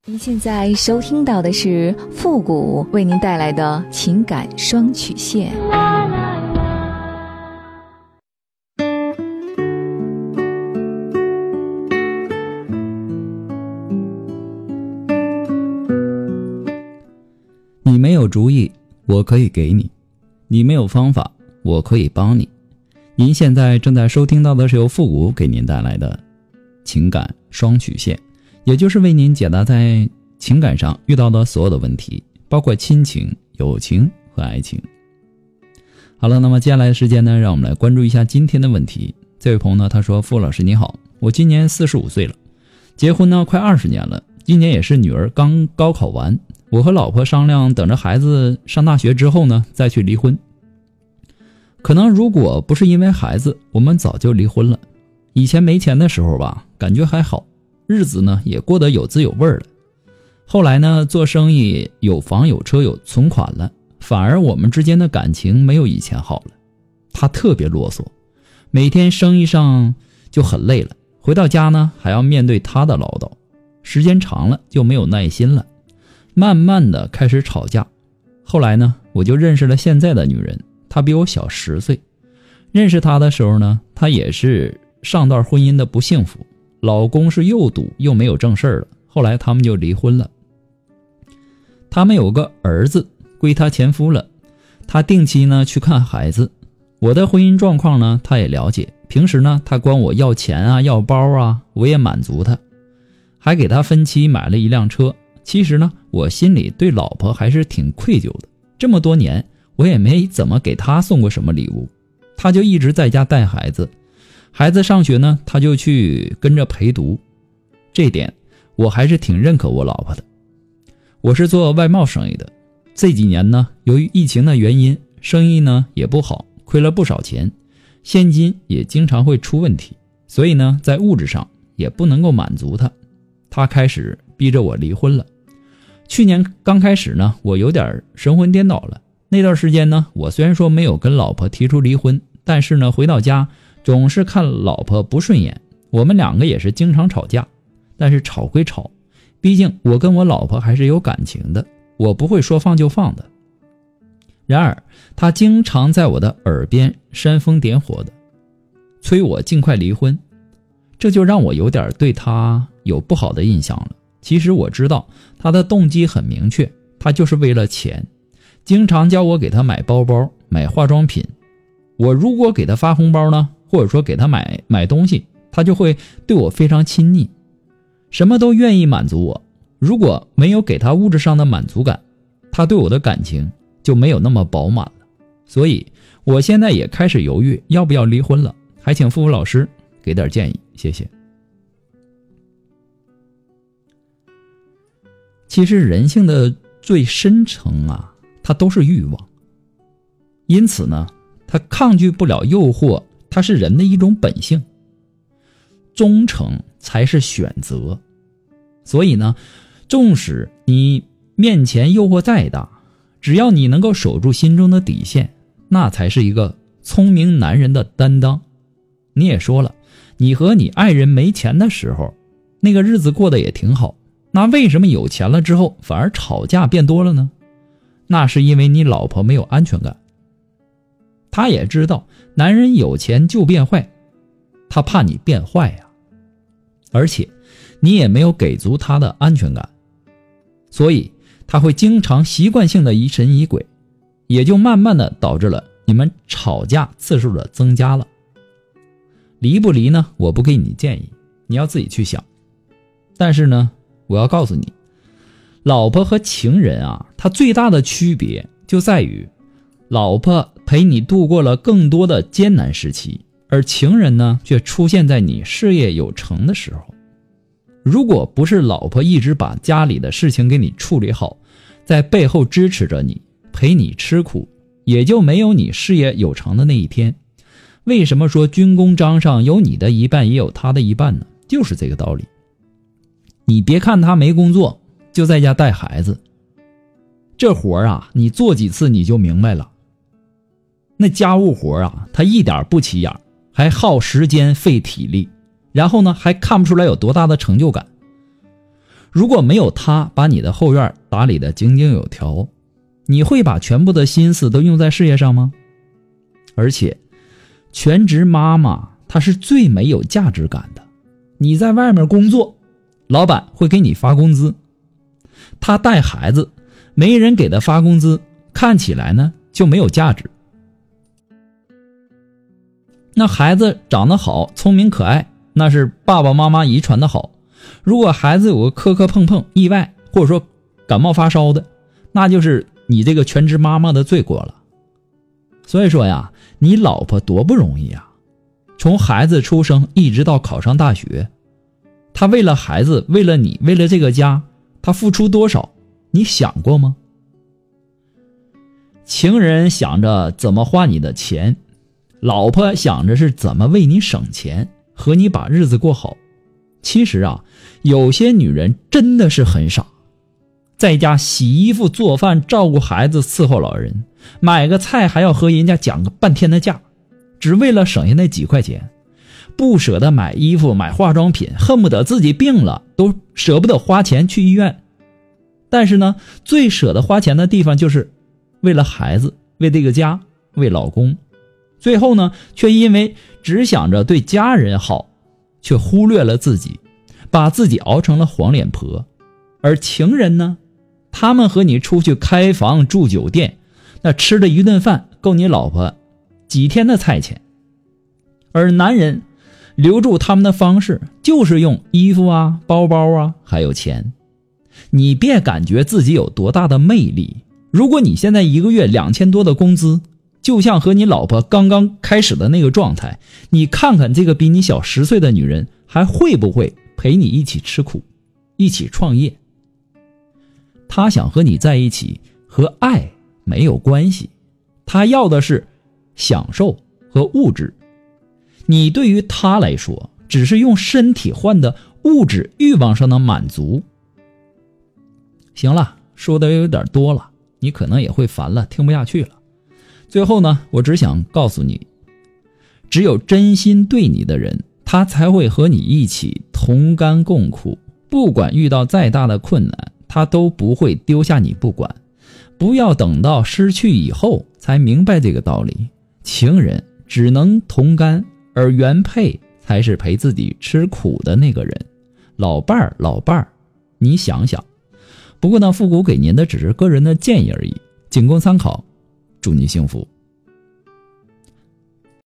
您现在收听到的是复古为您带来的情感双曲线。 你没有主意，我可以给你；你没有方法，我可以帮你。您现在正在收听到的是由复古给您带来的情感双曲线，也就是为您解答在情感上遇到的所有的问题，包括亲情、友情和爱情。好了，那么接下来的时间呢，让我们来关注一下今天的问题。这位朋友呢，他说：傅老师你好，我今年45岁了，结婚呢快20年了，今年也是女儿刚高考完，我和老婆商量等着孩子上大学之后呢再去离婚。可能如果不是因为孩子，我们早就离婚了。以前没钱的时候吧，感觉还好，日子呢也过得有滋有味了。后来呢，做生意有房有车有存款了，反而我们之间的感情没有以前好了。他特别啰嗦，每天生意上就很累了，回到家呢还要面对他的唠叨，时间长了就没有耐心了，慢慢的开始吵架。后来呢，我就认识了现在的女人，她比我小10岁。认识她的时候呢，她也是上段婚姻的不幸福，老公是又赌又没有正事了，后来他们就离婚了。他们有个儿子归他前夫了，他定期呢去看孩子。我的婚姻状况呢他也了解，平时呢他管我要钱啊要包啊，我也满足他，还给他分期买了一辆车。其实呢我心里对老婆还是挺愧疚的，这么多年我也没怎么给他送过什么礼物，他就一直在家带孩子，孩子上学呢他就去跟着陪读，这点我还是挺认可我老婆的。我是做外贸生意的，这几年呢由于疫情的原因，生意呢也不好，亏了不少钱，现金也经常会出问题，所以呢在物质上也不能够满足他，他开始逼着我离婚了。去年刚开始呢，我有点神魂颠倒了。那段时间呢，我虽然说没有跟老婆提出离婚，但是呢回到家总是看老婆不顺眼，我们两个也是经常吵架。但是吵归吵，毕竟我跟我老婆还是有感情的，我不会说放就放的。然而她经常在我的耳边煽风点火的催我尽快离婚，这就让我有点对她有不好的印象了。其实我知道她的动机很明确，她就是为了钱，经常叫我给她买包包买化妆品。我如果给她发红包呢，或者说给她买东西，她就会对我非常亲昵，什么都愿意满足我。如果没有给她物质上的满足感，她对我的感情就没有那么饱满了。所以我现在也开始犹豫要不要离婚了，还请付老师给点建议，谢谢。其实人性的最深层啊，它都是欲望，因此呢它抗拒不了诱惑，它是人的一种本性，忠诚才是选择。所以呢，纵使你面前诱惑再大，只要你能够守住心中的底线，那才是一个聪明男人的担当。你也说了，你和你爱人没钱的时候，那个日子过得也挺好，那为什么有钱了之后反而吵架变多了呢？那是因为你老婆没有安全感。她也知道男人有钱就变坏，她怕你变坏呀，而且你也没有给足她的安全感，所以她会经常习惯性的疑神疑鬼，也就慢慢的导致了你们吵架次数的增加了。离不离呢，我不给你建议，你要自己去想。但是呢，我要告诉你，老婆和情人啊，它最大的区别就在于，老婆陪你度过了更多的艰难时期，而情人呢，却出现在你事业有成的时候。如果不是老婆一直把家里的事情给你处理好，在背后支持着你，陪你吃苦，也就没有你事业有成的那一天。为什么说军功章上有你的一半也有他的一半呢？就是这个道理。你别看他没工作，就在家带孩子，这活啊，你做几次你就明白了。那家务活啊，他一点不起眼，还耗时间费体力，然后呢还看不出来有多大的成就感。 如果没有他把你的后院打理得井井有条，你会把全部的心思都用在事业上吗？而且全职妈妈她是最没有价值感的。你在外面工作，老板会给你发工资，她带孩子没人给她发工资，看起来呢就没有价值。那孩子长得好，聪明可爱，那是爸爸妈妈遗传的好。如果孩子有个磕磕碰碰意外，或者说感冒发烧的，那就是你这个全职妈妈的罪过了。所以说呀，你老婆多不容易啊，从孩子出生一直到考上大学，她为了孩子，为了你，为了这个家，她付出多少，你想过吗？情人想着怎么花你的钱，老婆想着是怎么为你省钱，和你把日子过好。其实啊，有些女人真的是很傻，在家洗衣服做饭照顾孩子伺候老人，买个菜还要和人家讲个半天的价，只为了省下那几块钱，不舍得买衣服买化妆品，恨不得自己病了都舍不得花钱去医院。但是呢，最舍得花钱的地方就是为了孩子，为这个家，为老公。最后呢，却因为只想着对家人好，却忽略了自己，把自己熬成了黄脸婆。而情人呢，他们和你出去开房住酒店，那吃的一顿饭够你老婆几天的菜钱。而男人留住他们的方式就是用衣服啊、包包啊，还有钱。你别感觉自己有多大的魅力，如果你现在一个月2000多的工资，就像和你老婆刚刚开始的那个状态，你看看这个比你小10岁的女人还会不会陪你一起吃苦，一起创业。她想和你在一起和爱没有关系，她要的是享受和物质。你对于她来说只是用身体换的物质欲望上的满足。行了，说的有点多了，你可能也会烦了，听不下去了。最后呢，我只想告诉你，只有真心对你的人，他才会和你一起同甘共苦，不管遇到再大的困难，他都不会丢下你不管。不要等到失去以后才明白这个道理，情人只能同甘，而原配才是陪自己吃苦的那个人。老伴儿，你想想。不过呢，复古给您的只是个人的建议而已，仅供参考。祝你幸福。